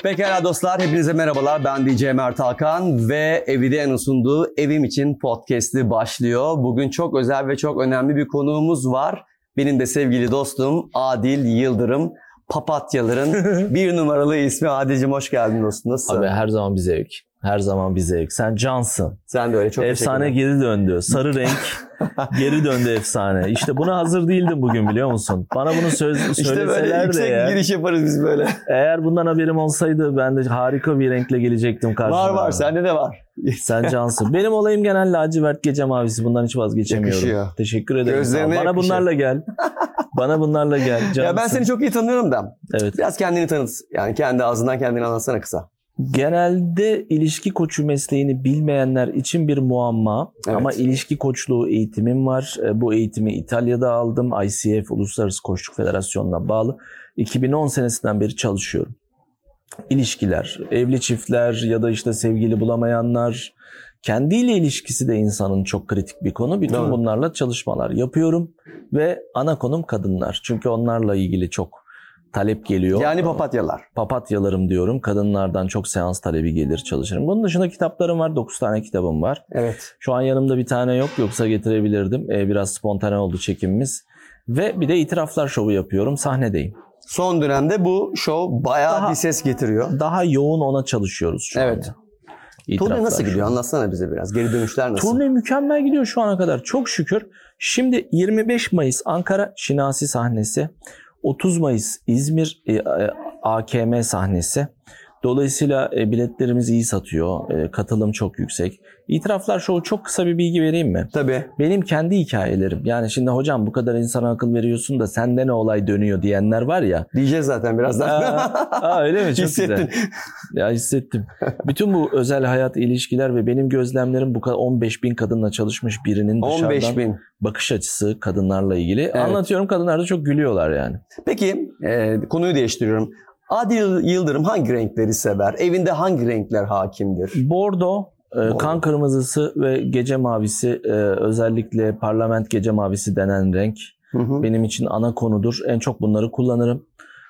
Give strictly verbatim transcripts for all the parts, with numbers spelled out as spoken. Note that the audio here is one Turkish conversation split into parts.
Pekala dostlar, hepinize merhabalar. Ben D J Mert Hakan ve Evidea'nın sunduğu Evim İçin podcast'i başlıyor. Bugün çok özel ve çok önemli bir konuğumuz var. Benim de sevgili dostum Adil Yıldırım. Papatyaların bir numaralı ismi. Adil'cim hoş geldin dostum. Nasılsın? Abi her zaman bir zevk. Her zaman bir zevk. Sen cansın. Sen de öyle, çok efsane geri döndü. Sarı renk geri döndü efsane. İşte buna hazır değildim bugün, biliyor musun? Bana bunu söz, işte söyleseler böyle de yüksek eğer, giriş yaparız biz böyle. Eğer bundan haberim olsaydı ben de harika bir renkle gelecektim karşına. Var var, sende de var. Sen cansın. Benim olayım genel lacivert gece mavisi. Bundan hiç vazgeçemiyorum. Yakışıyor. Teşekkür ederim. Gözlerine Bana yakışıyor. bunlarla gel. Bana bunlarla gel. Cansın. Ya ben seni çok iyi tanıyorum da. Evet. Biraz kendini tanıt. Yani kendi ağzından kendini anlatsana kısa. Genelde ilişki koçu mesleğini bilmeyenler için bir muamma. Evet. Ama ilişki koçluğu eğitimim var. Bu eğitimi İtalya'da aldım. I C F Uluslararası Koçluk Federasyonu'na bağlı. iki bin on senesinden beri çalışıyorum. İlişkiler, evli çiftler ya da işte sevgili bulamayanlar, kendiyle ilişkisi de insanın çok kritik bir konu. Bütün Doğru. bunlarla çalışmalar yapıyorum ve ana konum kadınlar. Çünkü onlarla ilgili çok talep geliyor. Yani papatyalar. Papatyalarım diyorum. Kadınlardan çok seans talebi gelir, çalışırım. Bunun dışında kitaplarım var. dokuz tane kitabım var. Evet. Şu an yanımda bir tane yok. Yoksa getirebilirdim. Ee, biraz spontane oldu çekimimiz. Ve bir de itiraflar şovu yapıyorum. Sahnedeyim. Son dönemde bu show bayağı daha, bir ses getiriyor. Daha yoğun ona çalışıyoruz şu evet. anda. Turne nasıl gidiyor? Anlatsana bize biraz. Geri dönüşler nasıl? Turne mükemmel gidiyor şu ana kadar. Çok şükür. Şimdi yirmi beş Mayıs Ankara Şinasi sahnesi. otuz Mayıs İzmir e, A K M sahnesi. Dolayısıyla e, biletlerimiz iyi satıyor. E, katılım çok yüksek. İtiraflar Show'u çok kısa bir bilgi vereyim mi? Tabii. Benim kendi hikayelerim. Yani şimdi hocam bu kadar insana akıl veriyorsun da sende ne olay dönüyor diyenler var ya. Diyeceğiz zaten birazdan. Aa, aa, öyle mi? Çok Hissettin. Güzel. Ya hissettim. Bütün bu özel hayat ilişkiler ve benim gözlemlerim bu kadar on beş bin kadınla çalışmış birinin dışarıdan on beş bin bakış açısı kadınlarla ilgili. Evet. Anlatıyorum, kadınlar da çok gülüyorlar yani. Peki e, konuyu değiştiriyorum. Adil Yıldırım hangi renkleri sever? Evinde hangi renkler hakimdir? Bordo, Bordo. kan kırmızısı ve gece mavisi, özellikle parlament gece mavisi denen renk hı hı. benim için ana konudur. En çok bunları kullanırım.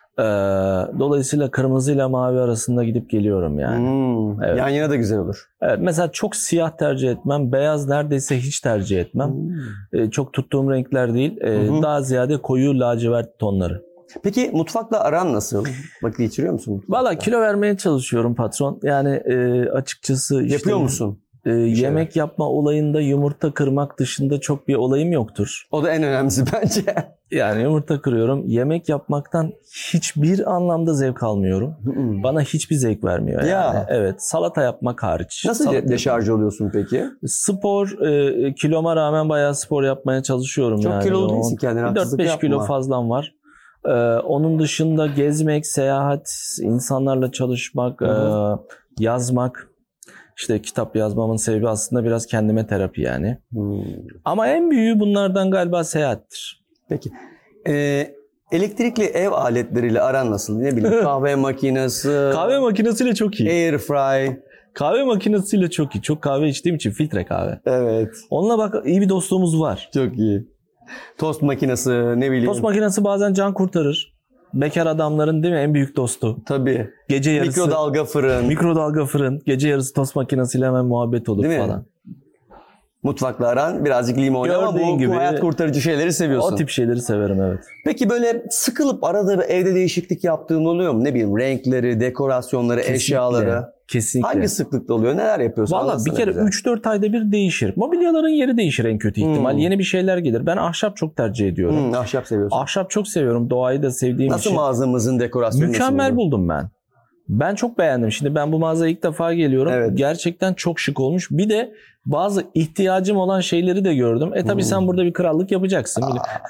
Dolayısıyla kırmızıyla mavi arasında gidip geliyorum yani. Hmm, evet. Yan yana da güzel olur. Evet, mesela çok siyah tercih etmem. Beyaz neredeyse hiç tercih etmem. Hmm. Çok tuttuğum renkler değil. Hı hı. Daha ziyade koyu lacivert tonları. Peki mutfakla aran nasıl? Vakit geçiriyor musun mutfakta? Valla kilo vermeye çalışıyorum patron. Yani e, açıkçası... Işte, Yapıyor musun? E, yemek yapma olayında yumurta kırmak dışında çok bir olayım yoktur. O da en önemlisi bence. Yani yumurta kırıyorum. Yemek yapmaktan hiçbir anlamda zevk almıyorum. Hmm. Bana hiçbir zevk vermiyor. Ya. Yani. Evet, salata yapmak hariç. Nasıl salata deşarj oluyorsun peki? Spor, e, kiloma rağmen bayağı spor yapmaya çalışıyorum. Çok yani. kilolu değilsin, kendine haksızlık yapma. dört beş kilo fazlam var. Ee, onun dışında gezmek, seyahat, insanlarla çalışmak, e, yazmak. İşte kitap yazmamın sebebi aslında biraz kendime terapi yani. Hmm. Ama en büyüğü bunlardan galiba seyahattir. Peki. Ee, elektrikli ev aletleriyle aran nasıl? Ne bileyim, kahve makinesi. Kahve makinesiyle çok iyi. Air fry. Kahve makinesiyle çok iyi. Çok kahve içtiğim için filtre kahve. Evet. Onunla bak iyi bir dostluğumuz var. Çok iyi. Tost makinesi, ne bileyim. Tost makinesi bazen can kurtarır. Bekar adamların değil mi en büyük dostu? Tabii. Gece yarısı. Mikrodalga fırın. Mikrodalga fırın. Gece yarısı tost makinesiyle hemen muhabbet olur değil falan. Mi? Mutfakla aran birazcık limon ama bu, gibi, bu hayat kurtarıcı şeyleri seviyorsun. O tip şeyleri severim, evet. Peki böyle sıkılıp arada bir evde değişiklik yaptığın oluyor mu? Ne bileyim, renkleri, dekorasyonları, kesinlikle, eşyaları. Kesinlikle. Hangi sıklıkta oluyor? Neler yapıyorsun? Valla bir kere üç dört ayda bir değişir. Mobilyaların yeri değişir en kötü ihtimal. Hmm. Yeni bir şeyler gelir. Ben ahşap çok tercih ediyorum. Hmm, ahşap seviyorsun. Ahşap çok seviyorum. Doğayı da sevdiğim nasıl için. Nasıl mağazamızın dekorasyonu? Mükemmel buldum ben. Ben çok beğendim. Şimdi ben bu mağazaya ilk defa geliyorum. Evet. Gerçekten çok şık olmuş. Bir de bazı ihtiyacım olan şeyleri de gördüm. E tabii hmm. sen burada bir krallık yapacaksın.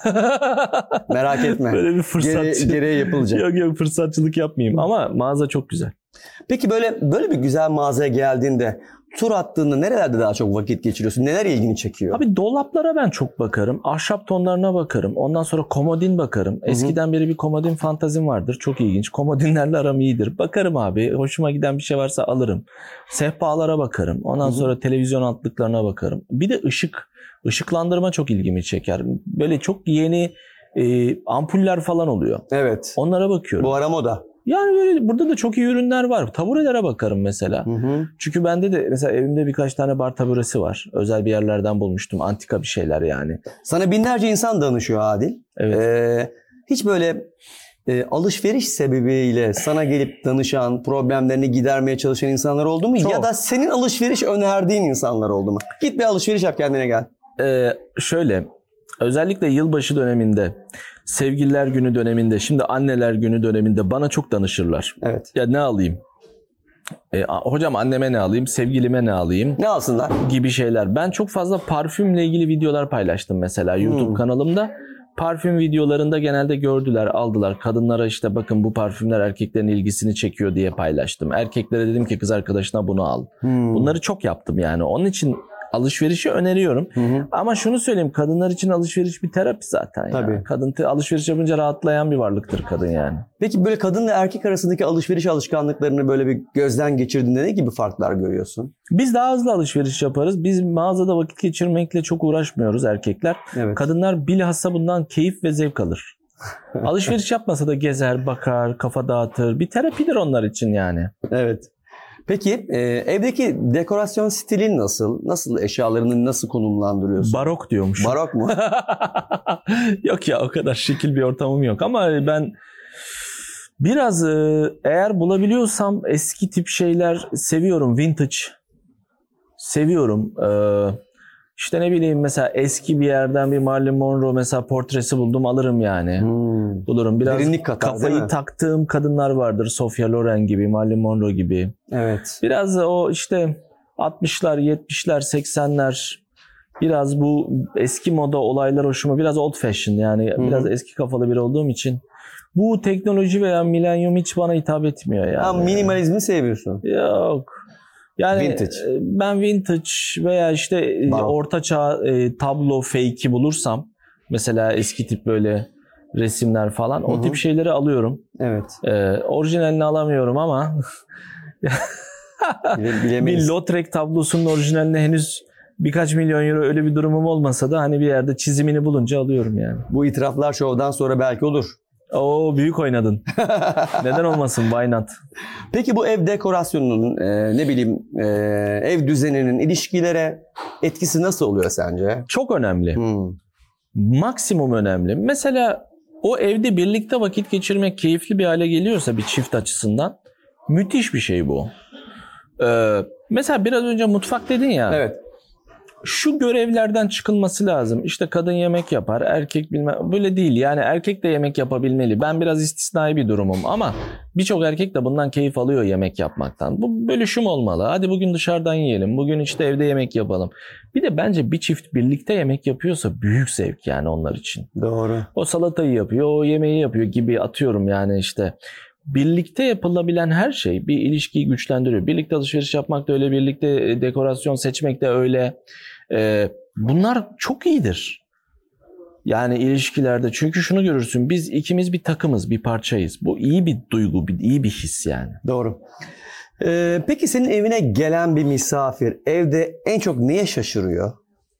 Merak etme. Böyle bir fırsatçılık. Gere, gereği yapılacak. Yok yok, fırsatçılık yapmayayım. Ama mağaza çok güzel. Peki böyle böyle bir güzel mağazaya geldiğinde, tur attığında nerelerde daha çok vakit geçiriyorsun? Neler ilgini çekiyor? Abi dolaplara ben çok bakarım. Ahşap tonlarına bakarım. Ondan sonra komodin bakarım. Eskiden Hı-hı. beri bir komodin fantazim vardır. Çok ilginç. Komodinlerle aram iyidir. Bakarım abi. Hoşuma giden bir şey varsa alırım. Sehpalara bakarım. Ondan Hı-hı. sonra televizyon altlıklarına bakarım. Bir de ışık. Işıklandırma çok ilgimi çeker. Böyle çok yeni e, ampuller falan oluyor. Evet. Onlara bakıyorum. Bu ara moda. Yani böyle burada da çok iyi ürünler var. Taburelere bakarım mesela. Hı hı. Çünkü bende de mesela evimde birkaç tane bar taburesi var. Özel bir yerlerden bulmuştum. Antika bir şeyler yani. Sana binlerce insan danışıyor Adil. Evet. Ee, hiç böyle e, alışveriş sebebiyle sana gelip danışan, problemlerini gidermeye çalışan insanlar oldu mu? Çok. Ya da senin alışveriş önerdiğin insanlar oldu mu? Git bir alışveriş yap, kendine gel. Ee, şöyle, özellikle yılbaşı döneminde, sevgililer günü döneminde, şimdi anneler günü döneminde bana çok danışırlar. Evet. Ya ne alayım? E, hocam anneme ne alayım? Sevgilime ne alayım? Ne alsınlar? Gibi şeyler. Ben çok fazla parfümle ilgili videolar paylaştım mesela YouTube Hmm. kanalımda. Parfüm videolarında genelde gördüler, aldılar. Kadınlara işte bakın bu parfümler erkeklerin ilgisini çekiyor diye paylaştım. Erkeklere dedim ki kız arkadaşına bunu al. Hmm. Bunları çok yaptım yani. Onun için alışverişi öneriyorum. Hı hı. Ama şunu söyleyeyim, kadınlar için alışveriş bir terapi zaten. Ya. Tabii. Kadın te- alışveriş yapınca rahatlayan bir varlıktır kadın yani. Peki böyle kadınla erkek arasındaki alışveriş alışkanlıklarını böyle bir gözden geçirdiğinde ne gibi farklar görüyorsun? Biz daha hızlı alışveriş yaparız. Biz mağazada vakit geçirmekle çok uğraşmıyoruz erkekler. Evet. Kadınlar bilhassa bundan keyif ve zevk alır. Alışveriş yapmasa da gezer, bakar, kafa dağıtır. Bir terapidir onlar için yani. Evet. Peki e, evdeki dekorasyon stilin nasıl? Nasıl eşyalarını nasıl konumlandırıyorsun? Barok diyormuş. Barok mu? Yok ya, o kadar şekil bir ortamım yok ama ben biraz e, eğer bulabiliyorsam eski tip şeyler seviyorum. Vintage seviyorum. Ee, işte ne bileyim mesela eski bir yerden bir Marilyn Monroe mesela portresi buldum, alırım yani. Hmm. Bulurum. Biraz Derinlik katar, değil kafayı mi? taktığım kadınlar vardır. Sofia Loren gibi, Marilyn Monroe gibi. Evet. Biraz da o işte altmışlar, yetmişler, seksenler, biraz bu eski moda olaylar hoşuma. Biraz old fashion yani. Hı-hı. Biraz eski kafalı biri olduğum için. Bu teknoloji veya milenyum hiç bana hitap etmiyor yani. Ha, minimalizmi seviyorsun. Yok. Yani Vintage. ben vintage veya işte Barok. orta çağ e, tablo fake'i bulursam, mesela eski tip böyle resimler falan, o Hı-hı. tip şeyleri alıyorum. Evet. E, orijinalini alamıyorum ama Bile- bir bilemeyiz. Lautrec tablosunun orijinaline henüz birkaç milyon euro öyle bir durumum olmasa da hani bir yerde çizimini bulunca alıyorum yani. Bu itiraflar şovdan sonra belki olur. Oo, büyük oynadın. Neden olmasın? Why not? Peki bu ev dekorasyonunun e, ne bileyim e, ev düzeninin ilişkilere etkisi nasıl oluyor sence? Çok önemli. Hmm. Maksimum önemli. Mesela o evde birlikte vakit geçirmek keyifli bir hale geliyorsa bir çift açısından müthiş bir şey bu. Ee, mesela biraz önce mutfak dedin ya. Evet. Şu görevlerden çıkılması lazım. İşte kadın yemek yapar, erkek bilmem. Böyle değil. Yani erkek de yemek yapabilmeli. Ben biraz istisnai bir durumum ama birçok erkek de bundan keyif alıyor, yemek yapmaktan. Bu bölüşüm olmalı. Hadi bugün dışarıdan yiyelim. Bugün işte evde yemek yapalım. Bir de bence bir çift birlikte yemek yapıyorsa büyük zevk yani onlar için. Doğru. O salatayı yapıyor, o yemeği yapıyor gibi, atıyorum yani işte. Birlikte yapılabilen her şey bir ilişkiyi güçlendiriyor. Birlikte alışveriş yapmak da öyle, birlikte dekorasyon seçmek de öyle. Ee, bunlar çok iyidir. Yani ilişkilerde, çünkü şunu görürsün, biz ikimiz bir takımız, bir parçayız. Bu iyi bir duygu, bir, iyi bir his yani. Doğru. Ee, peki senin evine gelen bir misafir evde en çok neye şaşırıyor?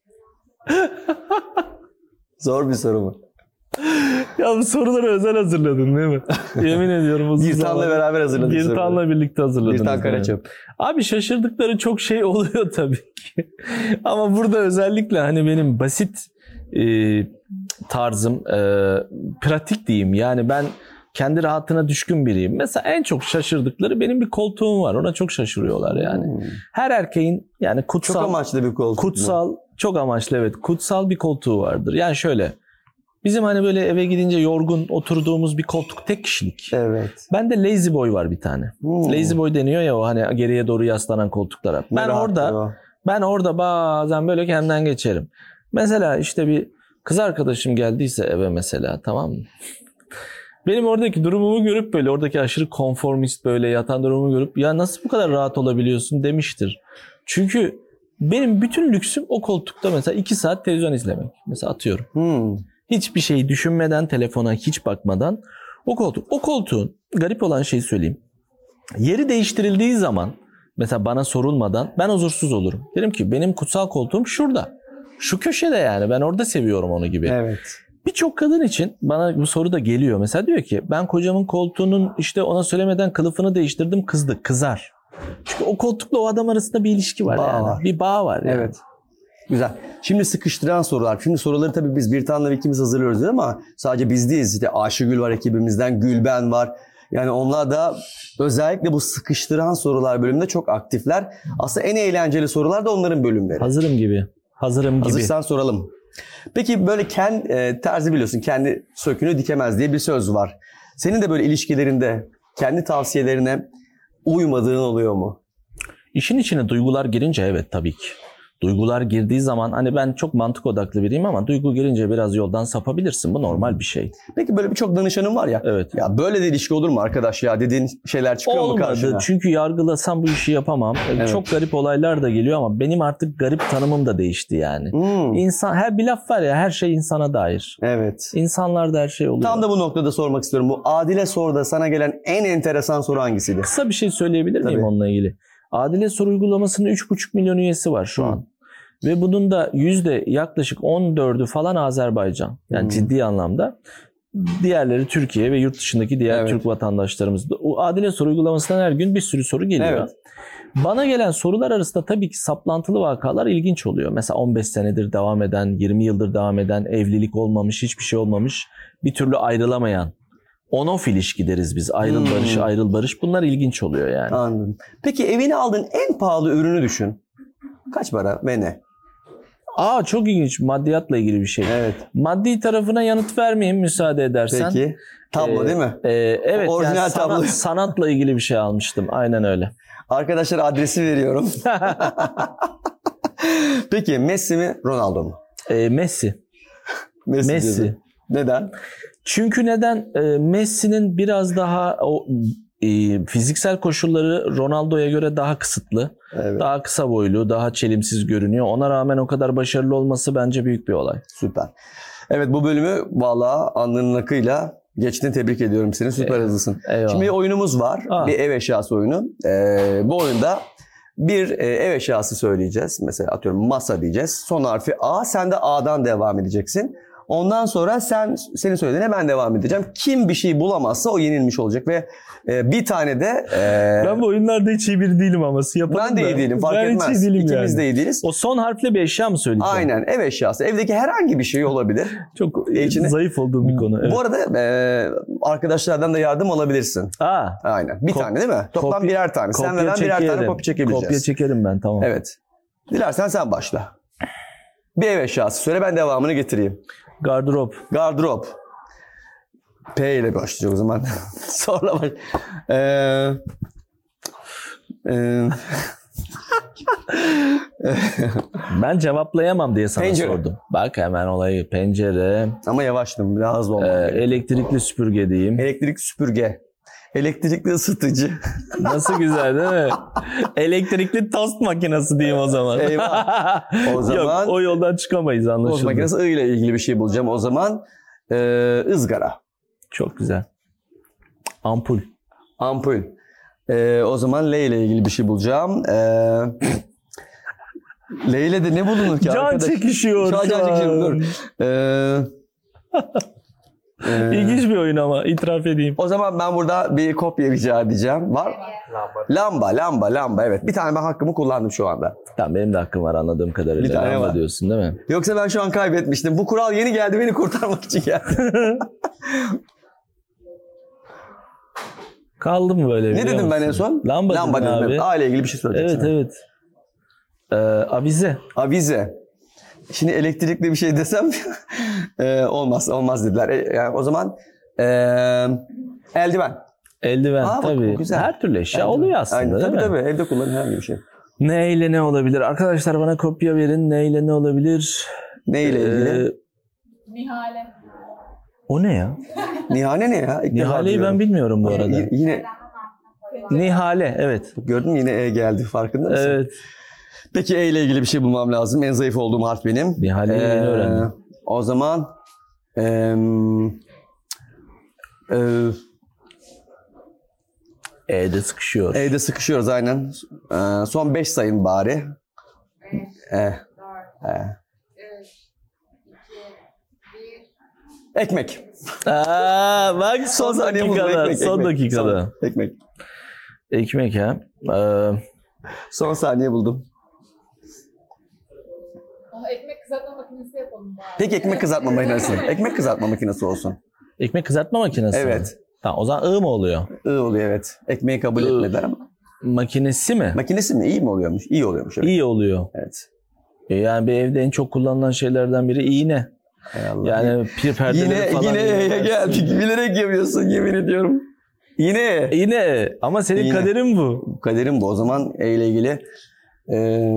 Zor bir soru mu? Ya bu soruları özel hazırladın değil mi? Yemin ediyorum uzun Bir tanla beraber hazırladın. Bir tanla birlikte hazırladınız. Bir tan Karaçöp. Abi şaşırdıkları çok şey oluyor tabii ki. Ama burada özellikle hani benim basit e, tarzım, e, pratik diyeyim. Yani ben kendi rahatına düşkün biriyim. Mesela en çok şaşırdıkları, benim bir koltuğum var. Ona çok şaşırıyorlar yani. Hmm. Her erkeğin yani kutsal... Çok amaçlı bir koltuk. Kutsal, çok amaçlı, evet. Kutsal bir koltuğu vardır. Yani şöyle... Bizim hani böyle eve gidince yorgun oturduğumuz bir koltuk, tek kişilik. Evet. Bende Lazy Boy var bir tane. Hmm. Lazy Boy deniyor ya o hani geriye doğru yaslanan koltuklara. Ne Ben rahat orada o. ben orada bazen böyle kendimden geçerim. Mesela işte bir kız arkadaşım geldiyse eve mesela, tamam mı? Benim oradaki durumumu görüp, böyle oradaki aşırı konformist böyle yatan durumumu görüp, ya nasıl bu kadar rahat olabiliyorsun demiştir. Çünkü benim bütün lüksüm o koltukta mesela iki saat televizyon izlemek. Mesela atıyorum. Hmm. Hiçbir şey düşünmeden, telefona hiç bakmadan o koltuk. O koltuğun garip olan şeyi söyleyeyim. Yeri değiştirildiği zaman, mesela bana sorulmadan ben huzursuz olurum. Derim ki benim kutsal koltuğum şurada. Şu köşede yani, ben orada seviyorum onu gibi. Evet. birçok kadın için bana bu soru da geliyor. Mesela diyor ki ben kocamın koltuğunun işte ona söylemeden kılıfını değiştirdim, kızdı. Kızar. Çünkü o koltukla o adam arasında bir ilişki var Bağ yani. var. Bir bağ var yani. Evet. Güzel. Şimdi sıkıştıran sorular. Şimdi soruları tabii biz bir tane ikimiz hazırlıyoruz değil mi? Ama sadece biz değiliz. İşte Ayşegül var ekibimizden, Gülben var. Yani onlar da özellikle bu sıkıştıran sorular bölümünde çok aktifler. Aslında en eğlenceli sorular da onların bölümleri. Hazırım gibi. Hazırım gibi. Hazırsan soralım. Peki böyle kendi e, terzi biliyorsun kendi sökünü dikemez diye bir söz var. Senin de böyle ilişkilerinde kendi tavsiyelerine uymadığın oluyor mu? İşin içine duygular girince evet tabii ki. Duygular girdiği zaman hani ben çok mantık odaklı biriyim ama duygu girince biraz yoldan sapabilirsin. Bu normal bir şey. Peki böyle birçok danışanın var ya. Evet. Ya böyle de ilişki olur mu arkadaş ya dediğin şeyler çıkıyor mu karşına? Olmadı çünkü yargılasam bu işi yapamam. Evet. Çok garip olaylar da geliyor ama benim artık garip tanımım da değişti yani. Hmm. İnsan, her bir laf var ya her şey insana dair. Evet. İnsanlarda her şey oluyor. Tam da bu noktada sormak istiyorum. Bu Adile Sor'da sana gelen en enteresan soru hangisiydi? Kısa bir şey söyleyebilir miyim Tabii. onunla ilgili? Adile Soru uygulamasının üç buçuk milyon üyesi var şu Hı. an. Ve bunun da yüzde yaklaşık on dördü falan Azerbaycan. Yani Hmm. ciddi anlamda. Diğerleri Türkiye ve yurt dışındaki diğer Evet. Türk vatandaşlarımız. O Adile Soru uygulamasından her gün bir sürü soru geliyor. Evet. Bana gelen sorular arasında tabii ki saplantılı vakalar ilginç oluyor. Mesela on beş senedir devam eden, yirmi yıldır devam eden, evlilik olmamış, hiçbir şey olmamış, bir türlü ayrılamayan. On-off ilişki deriz biz. Ayrıl Hmm. barış, ayrıl barış. Bunlar ilginç oluyor yani. Anladım. Peki evine aldığın en pahalı ürünü düşün. Kaç para ve ne? Aa çok ilginç. Maddiyatla ilgili bir şey. Evet. Maddi tarafına yanıt vermeyeyim müsaade edersen. Peki. Tablo Ee, değil mi? Ee, evet. Orijinal yani tablo. sanat, sanatla ilgili bir şey almıştım. Aynen öyle. Arkadaşlar adresi veriyorum. Peki Messi mi Ronaldo mu? Ee, Messi. Messi. Messi. diyorsun. Neden? Çünkü neden? Ee, Messi'nin biraz daha o e, fiziksel koşulları Ronaldo'ya göre daha kısıtlı. Evet. Daha kısa boylu, daha çelimsiz görünüyor. Ona rağmen o kadar başarılı olması bence büyük bir olay. Süper. Evet bu bölümü vallahi alnının akıyla geçtin. Tebrik ediyorum seni. Süper Eyvallah. hızlısın. Eyvallah. Şimdi bir oyunumuz var. Aa. Bir ev eşyası oyunu. Ee, bu oyunda bir e, ev eşyası söyleyeceğiz. Mesela atıyorum masa diyeceğiz. Son harfi A. Sen de A'dan devam edeceksin. Ondan sonra sen senin söylediğine ben devam edeceğim. Kim bir şey bulamazsa o yenilmiş olacak ve e, bir tane de e, Ben bu oyunlarda hiç iyi biri değilim ama. Yapalım ben de da. iyi değilim fark ben etmez. hiç iyi değilim İkimiz yani. de iyi değiliz. O son harfle bir eşya mı söyleyeceğim? Aynen ev eşyası. Evdeki herhangi bir şey olabilir. Çok Ev içine- zayıf olduğum bir konu. Evet. Bu arada e, arkadaşlardan da yardım alabilirsin. Aa, Aynen. Bir Kop- tane değil mi? Toplam kopya- birer tane. Sen ve kopya ben birer tane çekerim. kopya çekebileceğiz. Kopya çekerim ben tamam. Evet. Dilersen sen başla. Bir ev eşyası söyle ben devamını getireyim. Gardırop. Gardırop. P ile başlayacak o zaman. Sonra baş. Ee, e, Ben cevaplayamam diye sana Pencere. sordum. Bak hemen olayı. Pencere. ama yavaştım. Biraz hızlı e, olmam gerekiyor. elektrikli süpürge diyeyim. Elektrik süpürge. Elektrikli ısıtıcı. Nasıl güzel değil mi? Elektrikli tost makinesi diyeyim o zaman. Eyvah. O zaman- Yok o yoldan çıkamayız Tost anlaşıldı. makinesi I ile ilgili bir şey bulacağım. O zaman e, ızgara. Çok güzel. Ampul. Ampul. E, o zaman L ile ilgili bir şey bulacağım. E, L ile de ne bulunur ki Can arkadaş? çekişiyor Şu an şu can an. çekişiyorum. Dur. E, e, İlginç bir oyun ama itiraf edeyim. O zaman ben burada bir kopya rica edeceğim. Var? Lamba. Lamba, lamba, lamba. Evet. Bir tane ben hakkımı kullandım şu anda. Tamam benim de hakkım var anladığım kadarıyla. Bir tane Lamba var. diyorsun değil mi? Yoksa ben şu an kaybetmiştim. Bu kural yeni geldi. Beni kurtarmak için geldi. Kaldı mı böyle? Ne biliyor dedim ben en musun? son? Lamba, Lamba dedin dedim. abi. Evet. A ile ilgili bir şey söyleyeceksin. Evet evet. Ee, avize. Avize. Şimdi elektrikli bir şey desem e, olmaz. Olmaz dediler. E, yani o zaman e, eldiven. Eldiven Aa, bak, tabii. bu güzel. Her türlü eşya Eldiven. oluyor aslında Aynen. değil Tabii mi? tabii. Evde kullanılan herhangi bir şey. Ne ile ne olabilir? Arkadaşlar bana kopya verin. Ne ile ne olabilir? Ne ile ilgili? Ee, Nihale. o ne ya? Nihale ne ya? İlk defa Nihale'yi duyuyorum. ben bilmiyorum bu arada. Y- yine Nihale evet. gördün mü yine E geldi. Farkında mısın? Evet. Peki E ile ilgili bir şey bulmam lazım. En zayıf olduğum harf benim. Nihale'yi yeni öğrendim. O zaman em, e, E'de sıkışıyor. E'de sıkışıyoruz aynen. E, son beş sayın bari. E, dört, e. üç, iki, bir. Ekmek. Aa, bak son, son dakikada. Ekmek, son ekmek. dakikada. Son, ekmek. Ekmek ha. Ee, son saniye buldum. Ekmek kızartma makinesi yapalım bari. Peki ekmek kızartma makinesi. Ekmek kızartma makinesi olsun. Ekmek kızartma makinesi Evet. mi? Tamam, o zaman I mı oluyor? I oluyor evet. Ekmeği kabul I. etmediler ama. Makinesi mi? Makinesi mi? İyi mi oluyormuş? İyi oluyormuş. Evet. İyi oluyor. Evet. E yani bir evde en çok kullanılan şeylerden biri iğne. Yani pir perdeleri yine, falan. Yine yine geldik. Bilerek yapıyorsun yemin ediyorum. Yine. Yine. Ama senin yine. Kaderin bu. Kaderim bu. O zaman E ile ilgili ee,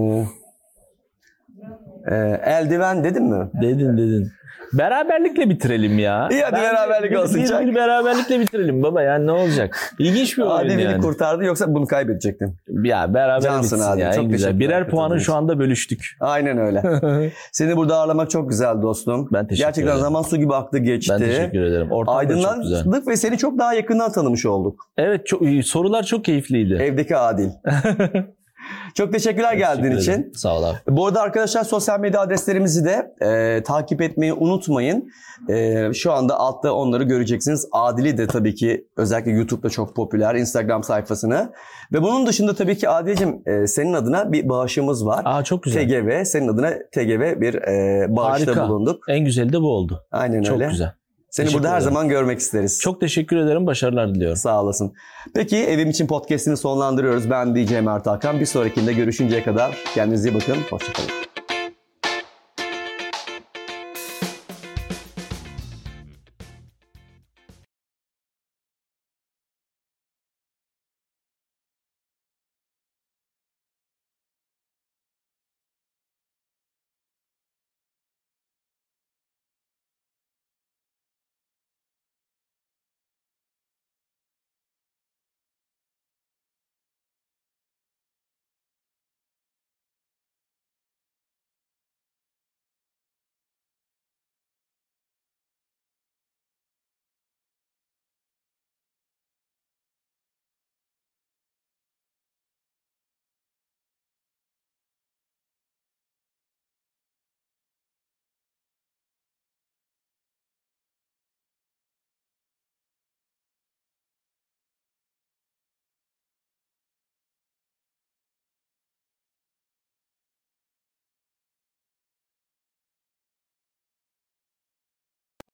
e, eldiven dedin mi? Dedin dedin. Beraberlikle bitirelim ya. İyi hadi ben beraberlik bir, olsun. Bir, bir beraberlikle bitirelim baba ya, ne olacak? İlginç bir oyun Adil yani. beni kurtardı, yoksa bunu kaybedecektim. Ya beraber Cansın bitsin Adil. ya, Çok en güzel. Birer puanı şu anda bölüştük. Aynen öyle. Seni burada ağırlamak çok güzel dostum. Ben teşekkür Gerçekten ederim. zaman su gibi aktı geçti. Ben teşekkür ederim. Ortam da çok güzel. Aydınlandık ve seni çok daha yakından tanımış olduk. Evet, çok, sorular çok keyifliydi. Evdeki Adil. Çok teşekkürler geldiğin Teşekkür için. Sağ ol abi. Bu arada arkadaşlar sosyal medya adreslerimizi de e, takip etmeyi unutmayın. E, şu anda altta onları göreceksiniz. Adil'i de tabii ki özellikle YouTube'da çok popüler. Instagram sayfasını. Ve bunun dışında tabii ki Adil'cim e, senin adına bir bağışımız var. Aa, çok güzel. T G V. Senin adına T G V bir e, bağışta Harika. bulunduk. En güzeli de bu oldu. Aynen çok öyle. Çok güzel. Seni burada her zaman görmek isteriz. Çok teşekkür ederim. Başarılar diliyorum. Sağ olasın. Peki Evim İçin Podcast'ini sonlandırıyoruz. Ben D J Mert Hakan. Bir sonrakinde görüşünceye kadar kendinize iyi bakın. Hoşçakalın.